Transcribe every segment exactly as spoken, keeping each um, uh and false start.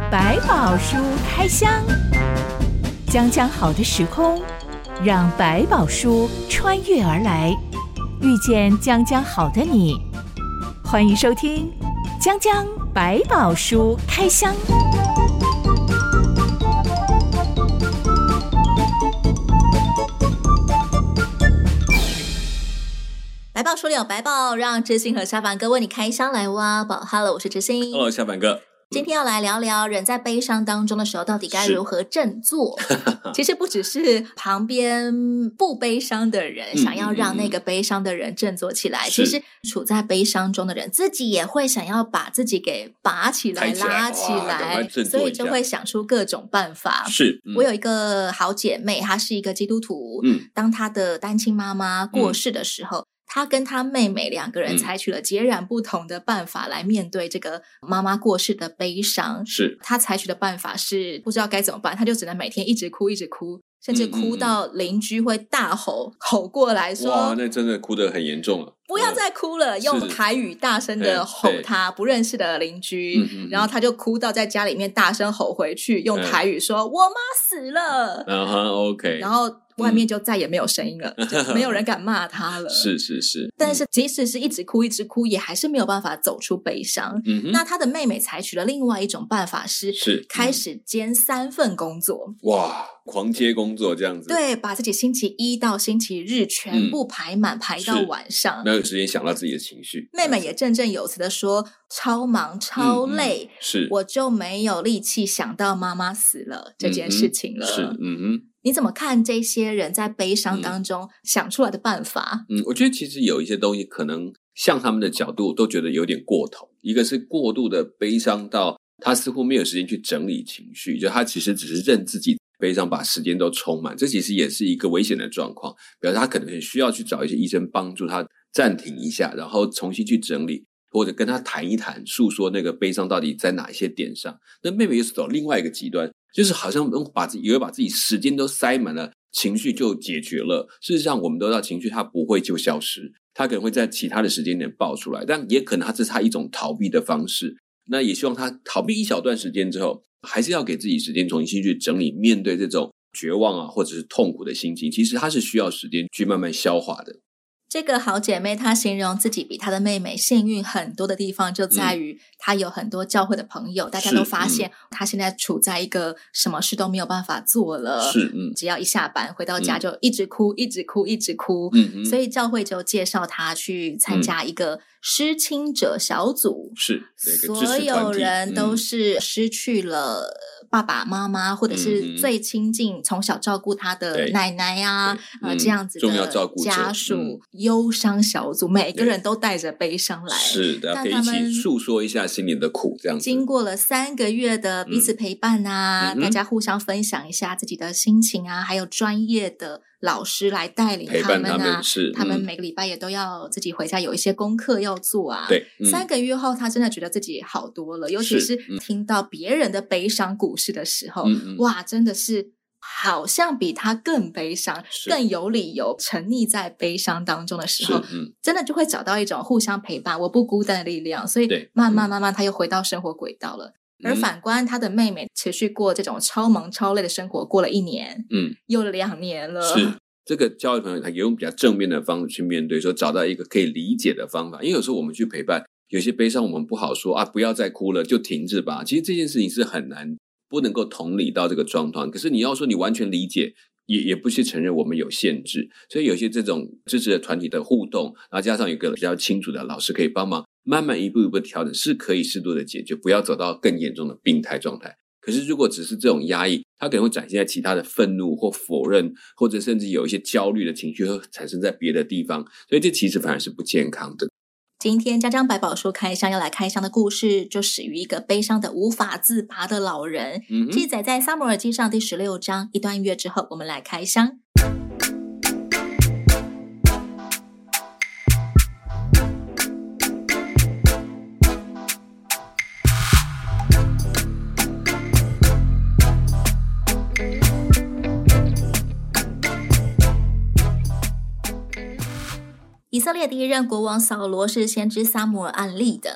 百宝书开箱，将将好的时空，让百宝书穿越而来，遇见将将好的你。欢迎收听将将百宝书开箱。 百宝书里有百宝，让知心和下凡哥为你开箱来挖宝。Hello， 我是知心。 Hello， 下凡哥。 今天要来聊聊人在悲伤当中的时候到底该如何振作。其实不只是旁边不悲伤的人想要让那个悲伤的人振作起来，嗯嗯嗯，其实处在悲伤中的人自己也会想要把自己给拔起来拉起来，所以就会想出各种办法。 是、嗯、 我有一个好姐妹，她是一个基督徒、嗯、当她的单亲妈妈过世的时候、嗯他跟他妹妹两个人采取了截然不同的办法来面对这个妈妈过世的悲伤。 是他采取的办法是不知道该怎么办，他就只能每天一直哭一直哭，甚至哭到邻居会大吼、嗯嗯嗯、吼过来说， 哇，那真的哭得很严重了， 不要再哭了、嗯、用台语大声的吼他不认识的邻居、嗯、然后他就哭到在家里面大声吼回去，用台语说、嗯、我妈死了、 uh-huh, OK 然后外面就再也没有声音了、嗯、就没有人敢骂他了是是是， 但是即使是一直哭一直哭也还是没有办法走出悲伤、嗯、那他的妹妹采取了另外一种办法是是开始兼三份工作、 嗯、哇狂接工作这样子， 对，把自己星期一到星期日全部排满、嗯、排到晚上， 没有时间想到自己的情绪。 妹妹也振振有词的说超忙超累、嗯嗯、 是我就没有力气想到妈妈死了这件事情了、 嗯、是嗯哼， 你怎么看这些人在悲伤当中想出来的办法？ 嗯，我觉得其实有一些东西可能像他们的角度都觉得有点过头，一个是过度的悲伤到他似乎没有时间去整理情绪，就他其实只是任自己悲伤把时间都充满，这其实也是一个危险的状况，表示他可能很需要去找一些医生帮助他暂停一下，然后重新去整理，或者跟他谈一谈，诉说那个悲伤到底在哪一些点上。那妹妹又是走另外一个极端，就是好像把自己以为把自己时间都塞满了，情绪就解决了。事实上我们都知道情绪它不会就消失，它可能会在其他的时间点爆出来，但也可能它这是他一种逃避的方式。那也希望他逃避一小段时间之后，还是要给自己时间重新去整理，面对这种绝望啊或者是痛苦的心情，其实它是需要时间去慢慢消化的。 这个好姐妹她形容自己比她的妹妹幸运很多的地方就在于她有很多教会的朋友、嗯、大家都发现她现在处在一个什么事都没有办法做了， 是嗯， 只要一下班回到家就一直哭、嗯、一直哭一直哭、嗯、所以教会就介绍她去参加一个失亲者小组、 嗯、是所有人都是失去了爸爸妈妈、嗯、或者是最亲近从小照顾他的奶奶啊、呃、这样子的家属、嗯、忧伤小组，每个人都带着悲伤来， 是的，可以一起诉说一下心里的苦，这样子经过了三个月的彼此陪伴啊、嗯、大家互相分享一下自己的心情啊，还有专业的老师来带领他们啊， 陪伴他们是、嗯、 他们每个礼拜也都要自己回家有一些功课要做啊。 对、嗯、 三个月后他真的觉得自己好多了，尤其是听到别人的悲伤故事的时候、嗯、哇真的是好像比他更悲伤更有理由沉溺在悲伤当中的时候、嗯、真的就会找到一种互相陪伴我不孤单的力量，所以慢慢慢慢他又回到生活轨道了、嗯、而反观他的妹妹持续过这种超忙超累的生活，过了一年嗯，又两年了。 是这个教育朋友他也用比较正面的方式去面对，说找到一个可以理解的方法，因为有时候我们去陪伴有些悲伤我们不好说啊，不要再哭了就停止吧，其实这件事情是很难不能够同理到这个状况，可是你要说你完全理解也也不去承认我们有限制，所以有些这种支持的团体的互动，然后加上有一个比较清楚的老师可以帮忙慢慢一步一步调整，是可以适度的解决，不要走到更严重的病态状态。可是如果只是这种压抑，它可能会展现在其他的愤怒或否认，或者甚至有一些焦虑的情绪会产生在别的地方，所以这其实反而是不健康的。 今天将将百宝书开箱要来开箱的故事就始于一个悲伤的无法自拔的老人、嗯、记载在撒母耳记上第十六章。一段音乐之后我们来开箱。以色列第一任国王扫罗是先知撒母耳案例的。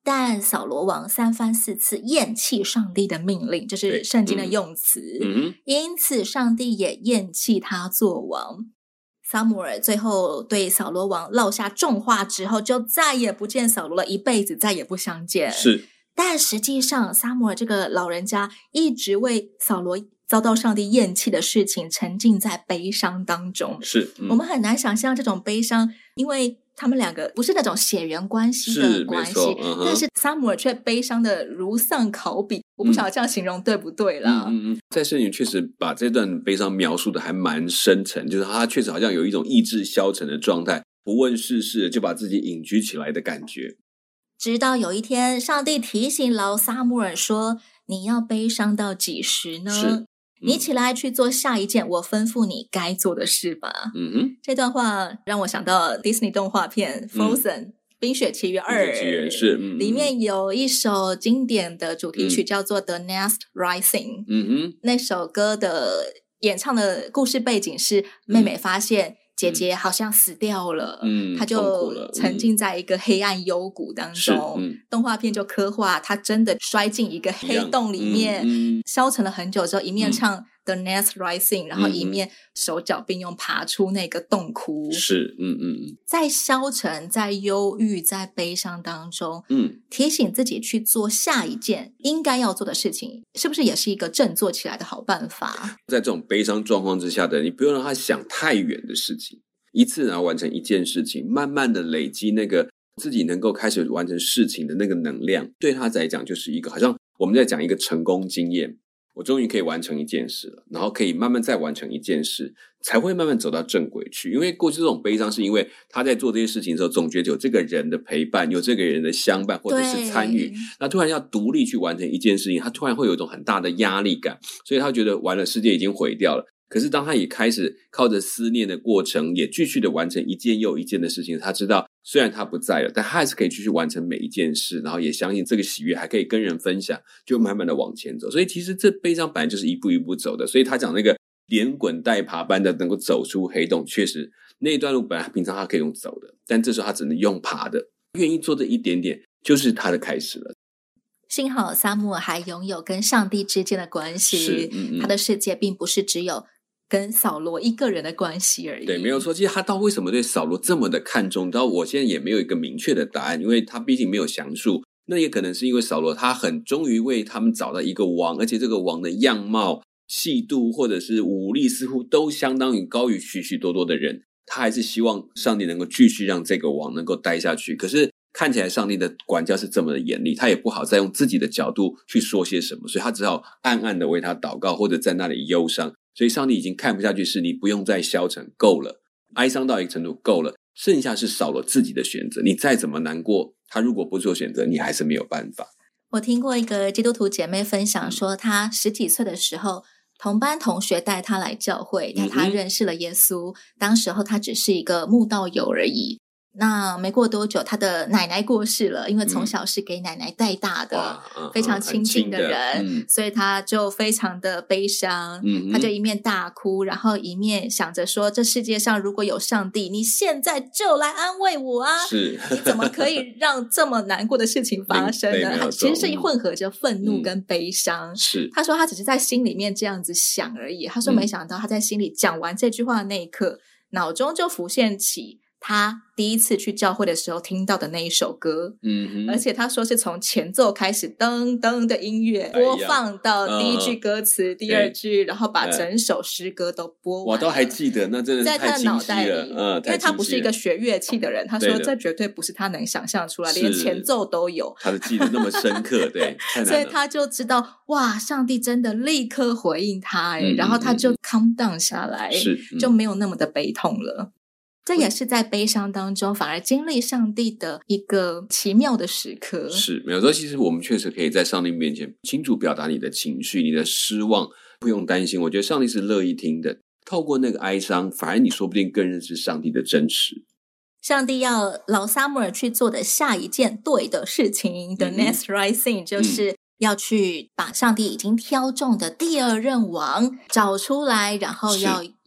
但扫罗王三番四次厌弃上帝的命令，这是圣经的用词、嗯、因此上帝也厌弃他做王。撒母耳最后对扫罗王落下重话之后，就再也不见扫罗了，一辈子再也不相见。 是， 但实际上撒母耳这个老人家一直为扫罗遭到上帝厌弃的事情沉浸在悲伤当中。 是、嗯、 我们很难想象这种悲伤，因为他们两个不是那种血缘关系的关系、嗯、但是撒母耳却悲伤的如丧考妣，我不晓得这样形容对不对啦。 嗯嗯嗯，在圣经确实把这段悲伤描述的还蛮深沉，就是他确实好像有一种意志消沉的状态，不问世事就把自己隐居起来的感觉。 直到有一天上帝提醒老撒母耳说，你要悲伤到几时呢？是、嗯、你起来去做下一件我吩咐你该做的事吧。 嗯哼， 这段话让我想到 Disney 动画片 Frozen、嗯、冰雪奇缘二，冰雪奇缘是、嗯、里面有一首经典的主题曲叫做 The Next Rising。 嗯哼， 那首歌的演唱的故事背景是妹妹发现姐姐好像死掉了，嗯，她就沉浸在一个黑暗幽谷当中、嗯、动画片就刻画她真的摔进一个黑洞里面、嗯嗯、消沉了很久之后，一面唱The Next Rising、嗯、然后一面手脚并用爬出那个洞窟。 是，嗯嗯， 在消沉在忧郁在悲伤当中， 嗯， 提醒自己去做下一件应该要做的事情，是不是也是一个振作起来的好办法？ 在这种悲伤状况之下的你不用让他想太远的事情，一次然后完成一件事情，慢慢的累积那个自己能够开始完成事情的那个能量，对他来讲就是一个好像我们在讲一个成功经验，我终于可以完成一件事了，然后可以慢慢再完成一件事，才会慢慢走到正轨去。因为过去这种悲伤是因为他在做这些事情的时候总觉得有这个人的陪伴，有这个人的相伴或者是参与，那突然要独立去完成一件事情，他突然会有一种很大的压力感，所以他觉得完了，世界已经毁掉了。可是当他也开始靠着思念的过程也继续的完成一件又一件的事情，他知道虽然他不在了，但他还是可以继续完成每一件事，然后也相信这个喜悦还可以跟人分享，就慢慢的往前走。所以其实这悲伤本来就是一步一步走的，所以他讲那个连滚带爬般的能够走出黑洞，确实那一段路本来平常他可以用走的，但这时候他只能用爬的，愿意做这一点点就是他的开始了。 幸好撒母耳还拥有跟上帝之间的关系、嗯嗯、他的世界并不是只有跟扫罗一个人的关系而已。 对，没有错。其实他到为什么对扫罗这么的看重，到我现在也没有一个明确的答案，因为他毕竟没有详述。那也可能是因为扫罗他很忠于为他们找到一个王，而且这个王的样貌、气度或者是武力似乎都相当于高于许许多多的人，他还是希望上帝能够继续让这个王能够待下去。可是看起来上帝的管教是这么的严厉，他也不好再用自己的角度去说些什么，所以他只好暗暗的为他祷告，或者在那里忧伤。所以上帝已经看不下去，是你不用再消沉，够了，哀伤到一个程度够了，剩下是少了自己的选择。你再怎么难过，他如果不做选择，你还是没有办法。 我听过一个基督徒姐妹分享说，她十几岁的时候，同班同学带她来教会，带她认识了耶稣、嗯、当时候她只是一个慕道友而已。那没过多久他的奶奶过世了，因为从小是给奶奶带大的、嗯、非常亲近的人、嗯、所以他就非常的悲伤、嗯、他就一面大哭，然后一面想着说，这世界上如果有上帝，你现在就来安慰我啊， 是你怎么可以让这么难过的事情发生呢？他其实是混合着愤怒跟悲伤、嗯、 是他说他只是在心里面这样子想而已。他说没想到他在心里讲完这句话的那一刻、嗯、脑中就浮现起他第一次去教会的时候听到的那一首歌， 嗯哼， 而且他说是从前奏开始噔噔的音乐播放到第一句歌词、嗯、第二句，然后把整首诗歌都播完。 我都还记得，那真的是太清晰了，在他的脑袋里、 嗯、因为他不是一个学乐器的人，他说这绝对不是他能想象出来，连前奏都有， 他的记得那么深刻对所以他就知道哇，上帝真的立刻回应他、嗯、然后他就 calm down 下来，是、嗯、就没有那么的悲痛了。这也是在悲伤当中反而经历上帝的一个奇妙的时刻。 是，没有说其实我们确实可以在上帝面前清楚表达你的情绪，你的失望，不用担心，我觉得上帝是乐意听的。透过那个哀伤，反而你说不定更认识上帝的真实。 上帝要老撒母耳去做的下一件对的事情、嗯、The next right thing 就是要去把上帝已经挑中的第二任王找出来，然后要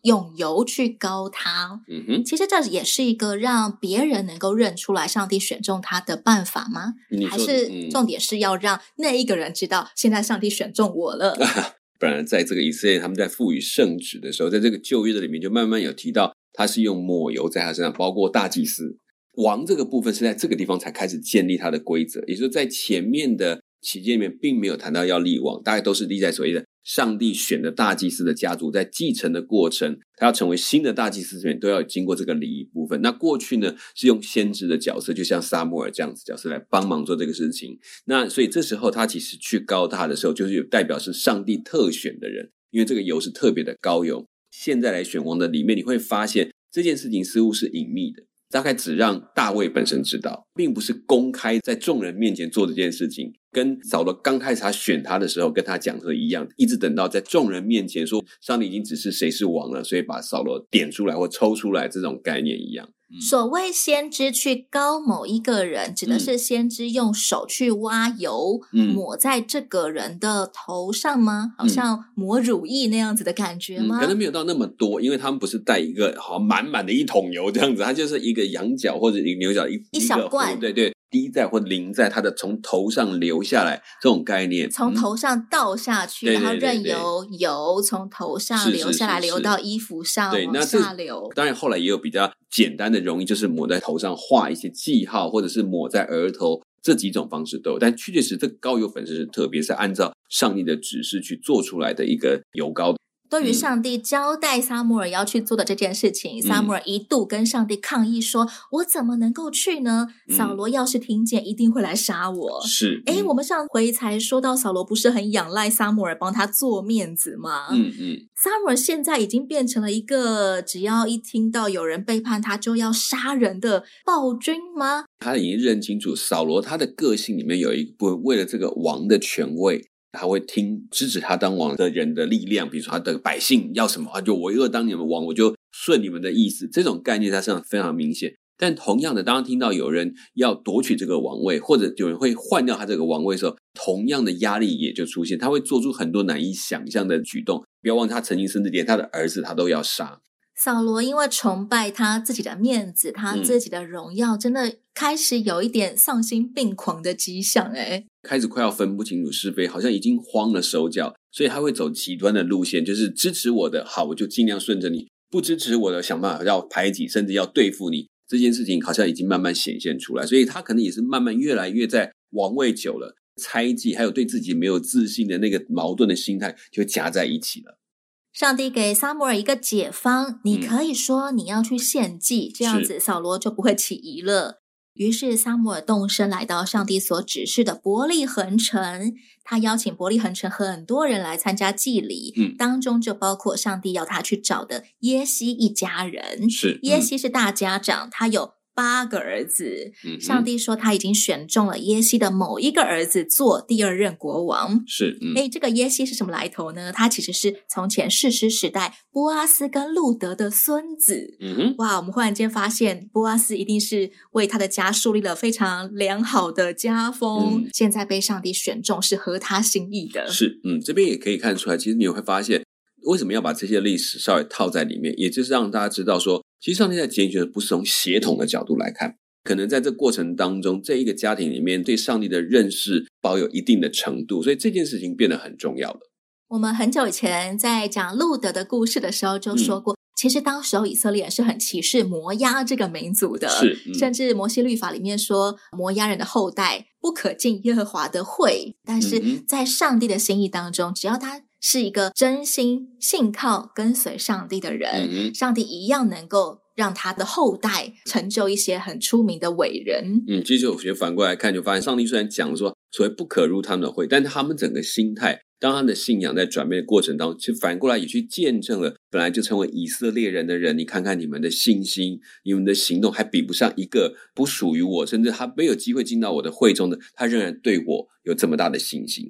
用油去膏他。 嗯哼， 其实这也是一个让别人能够认出来上帝选中他的办法吗？还是重点是要让那一个人知道现在上帝选中我了？ 不然在这个以色列他们在赋予圣旨的时候，在这个旧约的里面就慢慢有提到他是用抹油在他身上，包括大祭司王这个部分是在这个地方才开始建立他的规则，也就是在前面的期间里面并没有谈到要立王，大概都是立在所谓的上帝选的大祭司的家族，在继承的过程他要成为新的大祭司之前都要经过这个礼仪部分。那过去呢是用先知的角色，就像撒母耳这样子角色来帮忙做这个事情。那所以这时候他其实去膏他的时候就是有代表是上帝特选的人，因为这个油是特别的膏油。现在来选王的里面你会发现这件事情似乎是隐秘的，大概只让大卫本身知道，并不是公开在众人面前做这件事情，跟扫罗刚开始他选他的时候跟他讲的一样，一直等到在众人面前说上帝已经指示谁是王了，所以把扫罗点出来或抽出来，这种概念一样。 嗯、所谓先知去膏某一个人，指的是先知用手去挖油、嗯、抹在这个人的头上吗？好像抹乳液那样子的感觉吗？ 嗯、可能没有到那么多，因为他们不是带一个好满满的一桶油这样子，它就是一个羊角或者一个牛角 一, 一小罐， 对对，滴在或淋在他的从头上流下来这种概念， 从头上倒下去、嗯、然后任由油从头上流下来，流到衣服上往下流。 当然后来也有比较简单的容易，就是抹在头上画一些记号，或者是抹在额头，这几种方式都有。但确确实这个膏油粉是特别是按照上帝的指示去做出来的一个油膏。 对于上帝交代撒母耳要去做的这件事情、嗯、撒母耳一度跟上帝抗议说，我怎么能够去呢？嗯、扫罗要是听见一定会来杀我。 是， 诶、嗯、我们上回才说到扫罗不是很仰赖撒母耳帮他做面子吗？ 嗯嗯， 撒母耳现在已经变成了一个只要一听到有人背叛他就要杀人的暴君吗？ 他已经认清楚扫罗他的个性里面有一部分为了这个王的权位，他会听支持他当王的人的力量，比如说他的百姓要什么，他就我要当你们王，我就顺你们的意思，这种概念在身上非常明显。但同样的，当听到有人要夺取这个王位，或者有人会换掉他这个王位的时候，同样的压力也就出现，他会做出很多难以想象的举动。不要忘记他曾经甚至连他的儿子他都要杀。 扫罗因为崇拜他自己的面子，他自己的荣耀、嗯、真的开始有一点丧心病狂的迹象，诶开始快要分不清楚是非，好像已经慌了手脚，所以他会走极端的路线，就是支持我的好我就尽量顺着你，不支持我的想办法要排挤甚至要对付你，这件事情好像已经慢慢显现出来。所以他可能也是慢慢越来越在王位久了，猜忌还有对自己没有自信的那个矛盾的心态就夹在一起了。 上帝给撒母耳一个解方，你可以说你要去献祭、嗯、这样子扫罗就不会起疑了。于是撒母耳动身来到上帝所指示的伯利恒城，他邀请伯利恒城很多人来参加祭礼、嗯、当中就包括上帝要他去找的耶西一家人。 是、嗯、 耶西是大家长，他有八个儿子、嗯、上帝说他已经选中了耶西的某一个儿子做第二任国王。 是，嗯， 诶，这个耶西是什么来头呢？他其实是从前士师时代波阿斯跟路德的孙子。 嗯哼， 哇，我们忽然间发现波阿斯一定是为他的家树立了非常良好的家风、嗯、现在被上帝选中是合他心意的。 是，嗯，这边也可以看出来，其实你会发现为什么要把这些历史稍微套在里面，也就是让大家知道说其实上帝在拣选不是从血统的角度来看，可能在这过程当中这一个家庭里面对上帝的认识保有一定的程度，所以这件事情变得很重要了。 我们很久以前在讲路德的故事的时候就说过、嗯、其实当时候以色列人是很歧视摩押这个民族的， 是、嗯、 甚至摩西律法里面说摩押人的后代不可进耶和华的会，但是在上帝的心意当中，只要他是一个真心信靠跟随上帝的人、嗯、上帝一样能够让他的后代成就一些很出名的伟人。 嗯，其实我觉得反过来看就发现上帝虽然讲说所谓不可入他们的会，但他们整个心态当他的信仰在转变的过程当中，其实反过来也去见证了本来就成为以色列人的人，你看看你们的信心你们的行动还比不上一个不属于我甚至他没有机会进到我的会中的，他仍然对我有这么大的信心。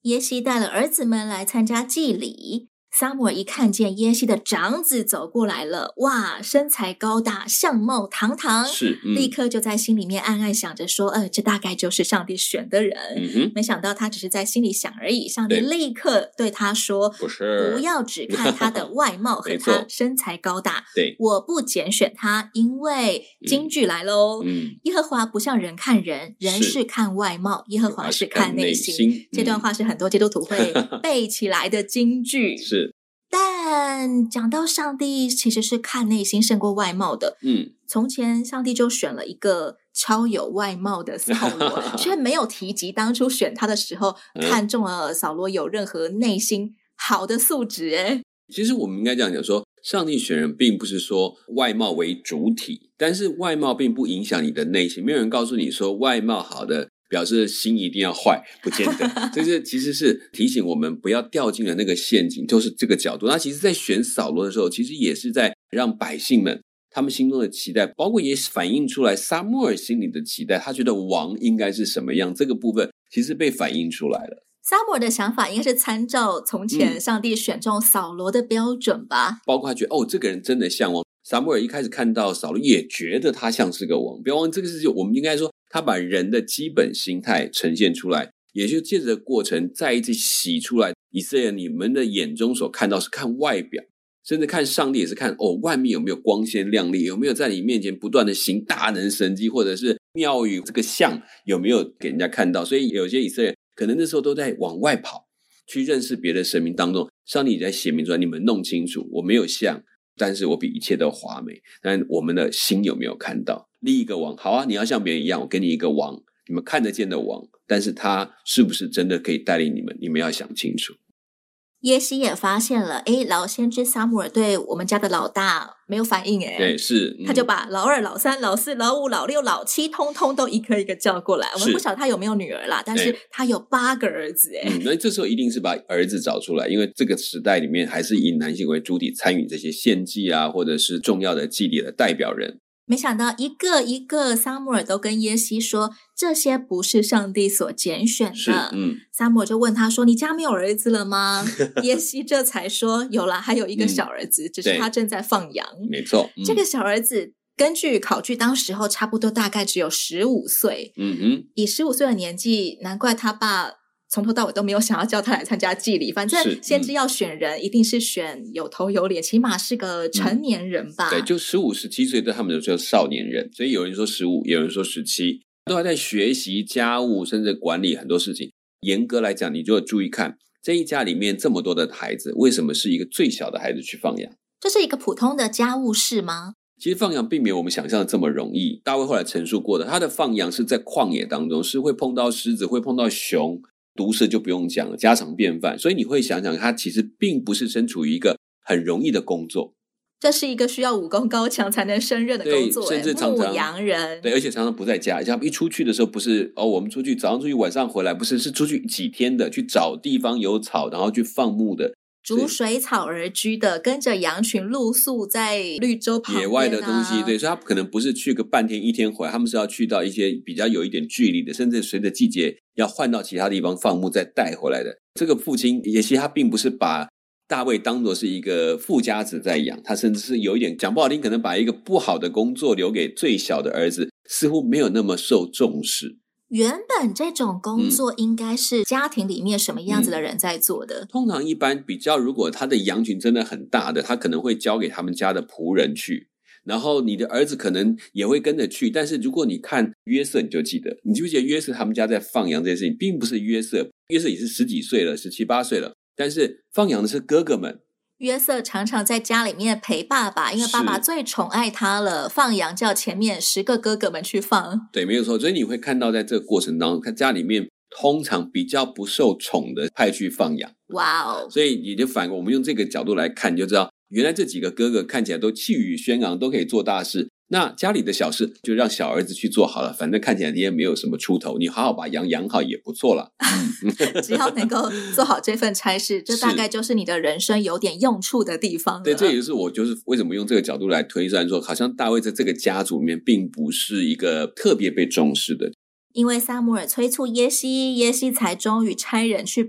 耶西带了儿子们来参加祭礼，撒母耳一看见耶西的长子走过来了，哇，身材高大，相貌堂堂， 是、嗯、 立刻就在心里面暗暗想着说，呃，这大概就是上帝选的人、 嗯、哼没想到他只是在心里想而已，上帝立刻对他说， 不是， 不要只看他的外貌和他身材高大， 对， 我不拣选他，因为金句来咯、 嗯、 耶和华不像人看人，人是看外貌，耶和华是看内心、嗯、这段话是很多基督徒会背起来的金句是， 但讲到上帝其实是看内心胜过外貌的， 嗯， 从前上帝就选了一个超有外貌的扫罗却没有提及当初选他的时候、嗯、看中了扫罗有任何内心好的素质耶。 其实我们应该这样讲说，上帝选人并不是说外貌为主体，但是外貌并不影响你的内心，没有人告诉你说外貌好的表示心一定要坏，不见得。这是其实是提醒我们不要掉进了那个陷阱，就是这个角度。那其实在选扫罗的时候，其实也是在让百姓们他们心中的期待，包括也反映出来撒母耳心里的期待，他觉得王应该是什么样，这个部分其实被反映出来了。 撒母耳的想法应该是参照从前上帝选中扫罗的标准吧、嗯、 包括他觉得哦，这个人真的像王。撒母耳一开始看到扫罗也觉得他像是个王，不要忘记这个是我们应该说他把人的基本心态呈现出来，也就借着过程再一次洗出来以色列你们的眼中所看到是看外表，甚至看上帝也是看哦，外面有没有光鲜亮丽，有没有在你面前不断的行大能神迹，或者是庙宇这个像有没有给人家看到。所以有些以色列人可能那时候都在往外跑去认识别的神明当中，上帝也在写明出来，你们弄清楚我没有像，但是我比一切都华美，但我们的心有没有看到？立一个王，好啊，你要像别人一样，我给你一个王，你们看得见的王，但是他是不是真的可以带领你们，你们要想清楚。 耶西也发现了，诶，老先知撒母耳对我们家的老大没有反应，诶， 对，是、嗯、 他就把老二、老三、老四、老五、老六、老七通通都一个一个叫过来。我们不晓得他有没有女儿啦，但是他有八个儿子，诶、 嗯、那这时候一定是把儿子找出来，因为这个时代里面还是以男性为主体参与这些献祭啊，或者是重要的祭礼的代表人。 没想到一个一个撒母耳都跟耶西说，这些不是上帝所拣选的。嗯，撒母耳就问他说，你家没有儿子了吗？耶西这才说有啦，还有一个小儿子、嗯、只是他正在放羊。 没错、嗯、 这个小儿子根据考据当时候差不多大概只有十五岁。 嗯哼， 以十五岁的年纪，难怪他爸从头到尾都没有想要叫他来参加祭礼，反正先知要选人、嗯、一定是选有头有脸，起码是个成年人吧、嗯、 对，就十五十七岁对他们都叫少年人，所以有人说十五，有人说十七，都还在学习家务甚至管理很多事情。严格来讲，你就要注意看这一家里面这么多的孩子，为什么是一个最小的孩子去放羊？ 这是一个普通的家务事吗？ 其实放羊并没有我们想象的这么容易，大卫后来陈述过的，他的放羊是在旷野当中，是会碰到狮子，会碰到熊，毒蛇就不用讲了，家常便饭。所以你会想想，他其实并不是身处于一个很容易的工作， 这是一个需要武功高强才能胜任的工作， 甚至常常牧羊人， 对，而且常常不在家。像一出去的时候，不是哦，我们出去早上出去，晚上回来，不是，是出去几天的，去找地方有草，然后去放牧的， 逐水草而居的，跟着羊群露宿在绿洲旁边、啊、 野外的东西。对，所以他可能不是去个半天一天回来，他们是要去到一些比较有一点距离的，甚至随着季节要换到其他地方放牧再带回来的。这个父亲也许他并不是把大卫当作是一个富家子在养，他甚至是有一点讲不好听，可能把一个不好的工作留给最小的儿子，似乎没有那么受重视。 原本这种工作应该是家庭里面什么样子的人在做的、 嗯、通常一般比较，如果他的羊群真的很大的，他可能会交给他们家的仆人去，然后你的儿子可能也会跟着去。但是如果你看约瑟，你就记得，你记不记得约瑟他们家在放羊这件事情，并不是约瑟，约瑟也是十几岁了，十七八岁了，但是放羊的是哥哥们。 约瑟常常在家里面陪爸爸，因为爸爸最宠爱他了，放羊叫前面十个哥哥们去放。 对，没有错。所以你会看到在这个过程当中，他家里面通常比较不受宠的派去放羊。 哇哦！ 所以你就反过我们用这个角度来看，你就知道原来这几个哥哥看起来都气宇轩昂，都可以做大事，那家里的小事就让小儿子去做好了，反正看起来你也没有什么出头，你好好把羊养好也不错了。 只要能够做好这份差事，这大概就是你的人生有点用处的地方了。 对，这也就是我就是为什么用这个角度来推算说，好像大卫在这个家族里面并不是一个特别被重视的。 因为撒母耳催促耶西，耶西才终于差人去把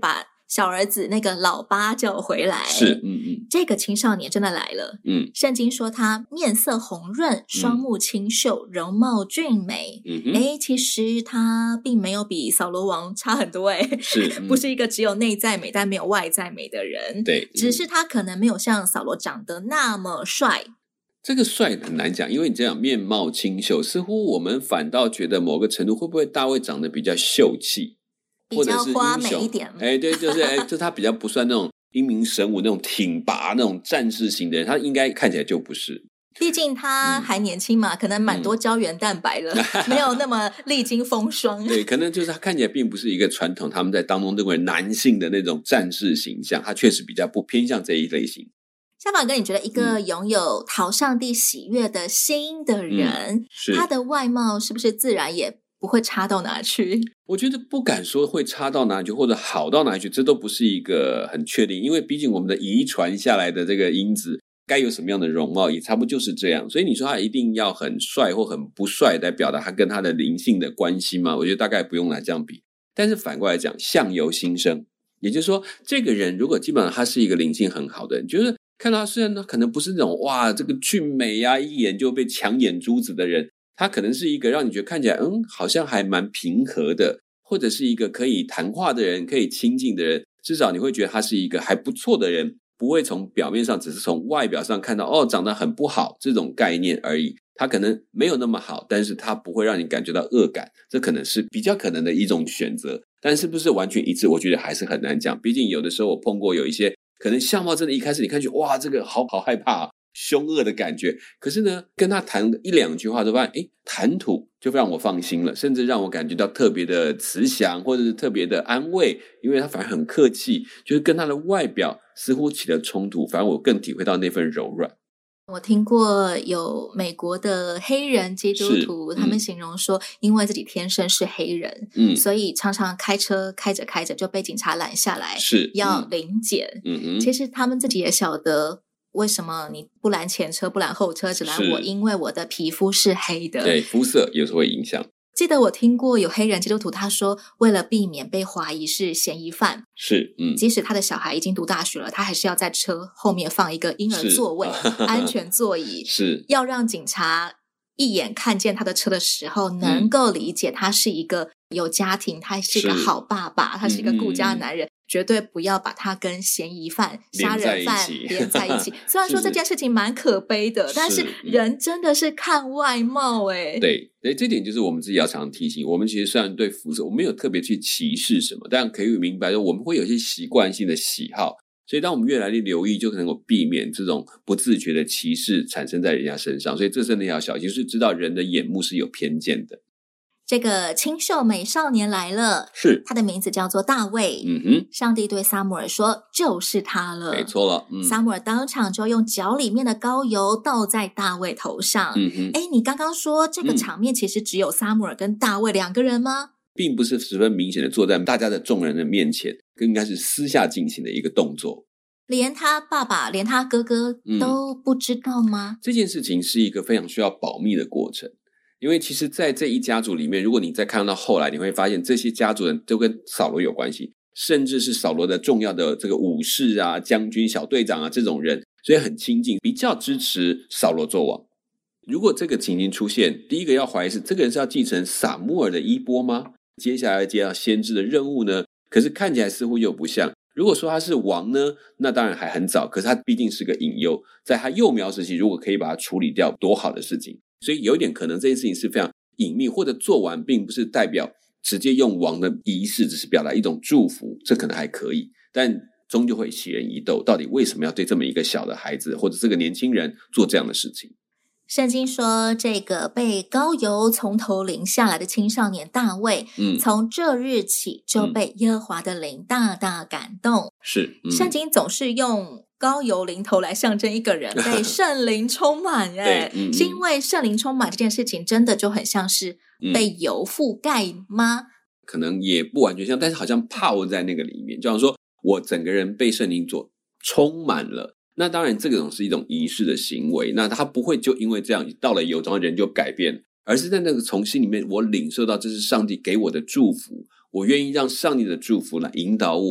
小儿子那个老八叫回来。 是，嗯嗯， 这个青少年真的来了。 嗯， 圣经说他面色红润，双目清秀，嗯、容貌俊美。嗯哼，诶，其实他并没有比扫罗王差很多诶， 是、嗯、 不是一个只有内在美但没有外在美的人。 对、嗯， 只是他可能没有像扫罗长得那么帅。 这个帅很难讲，因为你这样面貌清秀，似乎我们反倒觉得某个程度会不会大卫长得比较秀气， 比较花美一点？ 哎，对，就是哎，就他比较不算那种英明神武那种挺拔那种战士型的人，他应该看起来就不是。 毕竟他还年轻嘛，嗯、可能蛮多胶原蛋白了，嗯、没有那么历经风霜。 对，可能就是他看起来并不是一个传统他们在当中认为男性的那种战士形象，他确实比较不偏向这一类型。 夏法哥，你觉得一个拥有讨上帝喜悦的心的人，嗯、他的外貌是不是自然也不会差到哪去？ 我觉得不敢说会差到哪去，或者好到哪去，这都不是一个很确定，因为毕竟我们的遗传下来的这个因子，该有什么样的容貌也差不多就是这样。所以你说他一定要很帅或很不帅来表达他跟他的灵性的关系吗？我觉得大概不用来这样比。但是反过来讲，相由心生，也就是说，这个人如果基本上他是一个灵性很好的人，就是看到他虽然呢可能不是那种哇这个俊美啊一眼就被抢眼珠子的人，他可能是一个让你觉得看起来嗯好像还蛮平和的，或者是一个可以谈话的人，可以亲近的人，至少你会觉得他是一个还不错的人，不会从表面上只是从外表上看到哦长得很不好这种概念而已。他可能没有那么好，但是他不会让你感觉到恶感，这可能是比较可能的一种选择。但是不是完全一致，我觉得还是很难讲。毕竟有的时候我碰过有一些可能相貌真的一开始你看去哇这个好好害怕、啊、凶恶的感觉，可是呢跟他谈一两句话就发现诶谈吐就让我放心了，甚至让我感觉到特别的慈祥或者是特别的安慰，因为他反而很客气，就是跟他的外表似乎起了冲突，反而我更体会到那份柔软。 我听过有美国的黑人基督徒、嗯、他们形容说因为自己天生是黑人、嗯、所以常常开车开着开着就被警察拦下来，是要临检、嗯嗯、其实他们自己也晓得为什么你不拦前车不拦后车只拦我，因为我的皮肤是黑的， 对，肤色有时候会影响。 记得我听过有黑人基督徒他说为了避免被怀疑是嫌疑犯， 是嗯， 即使他的小孩已经读大学了，他还是要在车后面放一个婴儿座位安全座椅，是要让警察一眼看见他的车的时候能够理解他是一个有家庭、嗯、他是一个好爸爸，他是一个顾家男人、嗯、绝对不要把他跟嫌疑犯杀人犯连在一起虽然说这件事情蛮可悲的，是是但是人真的是看外貌耶。 对对，这点就是我们自己要常提醒，我们其实虽然对肤色我们没有特别去歧视什么，但可以明白说我们会有一些习惯性的喜好，所以当我们越来越留意就能够避免这种不自觉的歧视产生在人家身上，所以这真的要小心，就是知道人的眼目是有偏见的。 这个清秀美少年来了， 是他的名字叫做大卫。嗯哼，上帝对撒母耳说就是他了， 没错了、嗯、 撒母耳当场就用脚里面的膏油倒在大卫头上。嗯哼，诶你刚刚说这个场面其实只有撒母耳跟大卫两个人吗？ 并不是十分明显的坐在大家的众人的面前，应该是私下进行的一个动作。 连他爸爸连他哥哥都不知道吗、嗯、 这件事情是一个非常需要保密的过程，因为其实在这一家族里面，如果你再看到后来，你会发现这些家族人都跟扫罗有关系，甚至是扫罗的重要的这个武士啊、将军、小队长啊这种人，所以很亲近，比较支持扫罗做王。如果这个情形出现，第一个要怀疑是这个人是要继承撒母耳的衣钵吗？接下来接到先知的任务呢？可是看起来似乎又不像。如果说他是王呢，那当然还很早，可是他毕竟是个隐忧，在他幼苗时期如果可以把它处理掉，多好的事情。所以有点可能这件事情是非常隐秘，或者做完并不是代表直接用王的仪式，只是表达一种祝福，这可能还可以，但终究会起人疑窦，到底为什么要对这么一个小的孩子或者这个年轻人做这样的事情。 圣经说这个被膏油从头淋下来的青少年大卫、嗯、从这日起就被耶和华的灵大大感动、嗯、 是、嗯、 圣经总是用膏油淋头来象征一个人被圣灵充满耶、嗯、是因为圣灵充满这件事情真的就很像是被油覆盖吗、嗯、 可能也不完全像，但是好像泡在那个里面，就像说我整个人被圣灵所充满了，那当然这种是一种仪式的行为，那他不会就因为这样到了油中人就改变，而是在那个从心里面我领受到这是上帝给我的祝福，我愿意让上帝的祝福来引导我，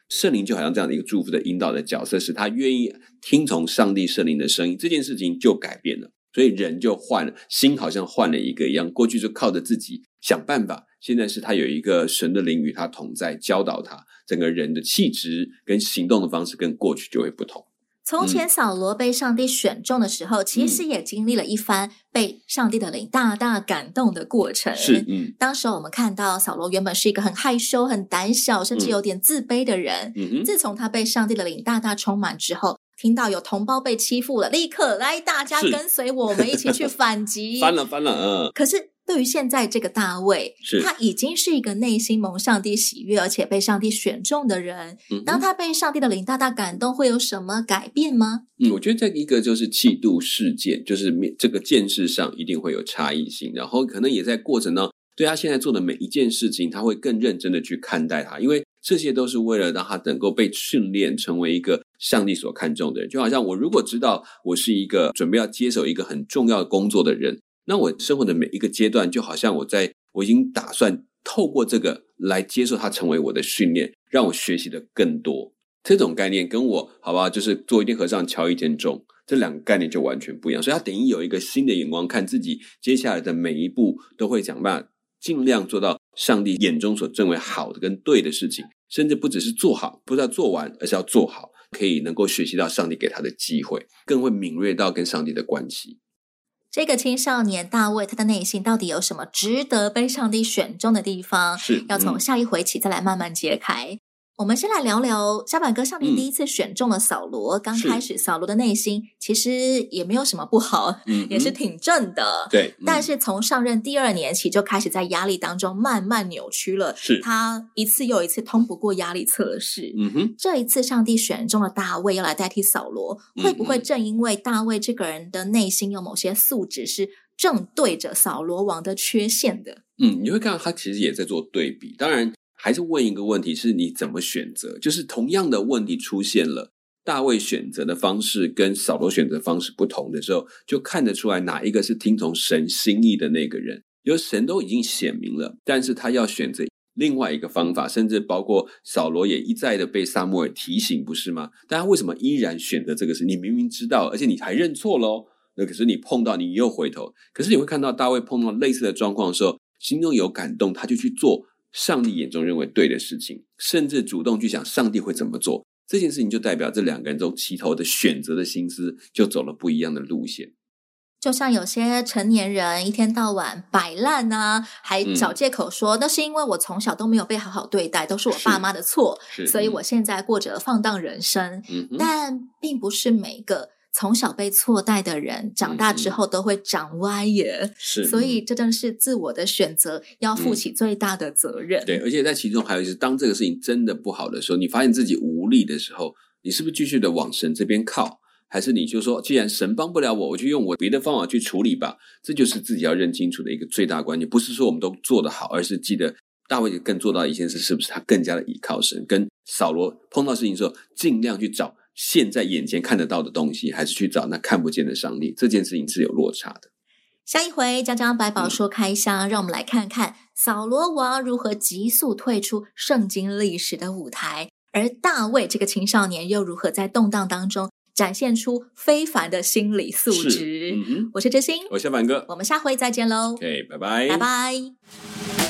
圣灵就好像这样的一个祝福的引导的角色，使他愿意听从上帝圣灵的声音，这件事情就改变了，所以人就换了，心好像换了一个一样，过去就靠着自己想办法，现在是他有一个神的灵与他同在，教导他，整个人的气质跟行动的方式跟过去就会不同。 从前扫罗被上帝选中的时候、嗯、其实也经历了一番被上帝的灵大大感动的过程。 是，嗯， 当时我们看到扫罗原本是一个很害羞很胆小甚至有点自卑的人、嗯、自从他被上帝的灵大大充满之后，听到有同胞被欺负了，立刻来大家跟随我，我们一起去反击翻了翻了嗯。 可是对于现在这个大卫，他已经是一个内心蒙上帝喜悦而且被上帝选中的人、嗯、当他被上帝的灵大大感动，会有什么改变吗？ 嗯，我觉得这一个就是气度事件，就是这个见识上一定会有差异性，然后可能也在过程中对他现在做的每一件事情，他会更认真的去看待他，因为这些都是为了让他能够被训练成为一个上帝所看重的人。就好像我如果知道我是一个准备要接手一个很重要的工作的人，那我生活的每一个阶段就好像我在我已经打算透过这个来接受它成为我的训练，让我学习的更多。这种概念跟我好吧就是做一天和尚敲一天钟，这两个概念就完全不一样。所以他等于有一个新的眼光看自己接下来的每一步，都会想办法尽量做到上帝眼中所认为好的跟对的事情，甚至不只是做好，不是要做完，而是要做好，可以能够学习到上帝给他的机会，更会敏锐到跟上帝的关系。 这个青少年大卫他的内心到底有什么值得被上帝选中的地方， 是、嗯、 要从下一回起再来慢慢揭开。我们先来聊聊小板哥，上帝第一次选中了扫罗、嗯、刚开始扫罗的内心其实也没有什么不好、嗯、也是挺正的， 对、嗯、 但是从上任第二年起就开始在压力当中慢慢扭曲了， 是他一次又一次通不过压力测试。 嗯哼， 这一次上帝选中了大卫要来代替扫罗、嗯、会不会正因为大卫这个人的内心有某些素质是正对着扫罗王的缺陷的？ 嗯，你会看到他其实也在做对比，当然还是问一个问题，是你怎么选择，就是同样的问题出现了，大卫选择的方式跟扫罗选择的方式不同的时候，就看得出来哪一个是听从神心意的那个人。因为神都已经显明了，但是他要选择另外一个方法，甚至包括扫罗也一再的被撒母耳提醒，不是吗？但他为什么依然选择这个事？你明明知道，而且你还认错了哦，那可是你碰到你又回头。可是你会看到大卫碰到类似的状况的时候，心中有感动，他就去做上帝眼中认为对的事情，甚至主动去想上帝会怎么做。这件事情就代表这两个人中齐头的选择的心思就走了不一样的路线。 就像有些成年人一天到晚摆烂啊，还找借口说、嗯、那是因为我从小都没有被好好对待，都是我爸妈的错，所以我现在过着放荡人生、嗯、但并不是每个从小被错待的人长大之后都会长歪耶，是，所以这正是自我的选择要负起最大的责任、嗯、 对，而且在其中还有就是当这个事情真的不好的时候，你发现自己无力的时候，你是不是继续的往神这边靠，还是你就说既然神帮不了我，我就用我别的方法去处理吧。这就是自己要认清楚的一个最大关键，不是说我们都做得好，而是记得大卫更做到一件事，是不是他更加的倚靠神，跟扫罗碰到事情的时候尽量去找现在眼前看得到的东西，还是去找那看不见的上帝，这件事情是有落差的。 下一回将将百宝说开箱、嗯、让我们来看看扫罗王如何急速退出圣经历史的舞台，而大卫这个青少年又如何在动荡当中展现出非凡的心理素质、嗯、我是知心， 我是小板哥， 我们下回再见咯。 OK， 拜拜拜拜。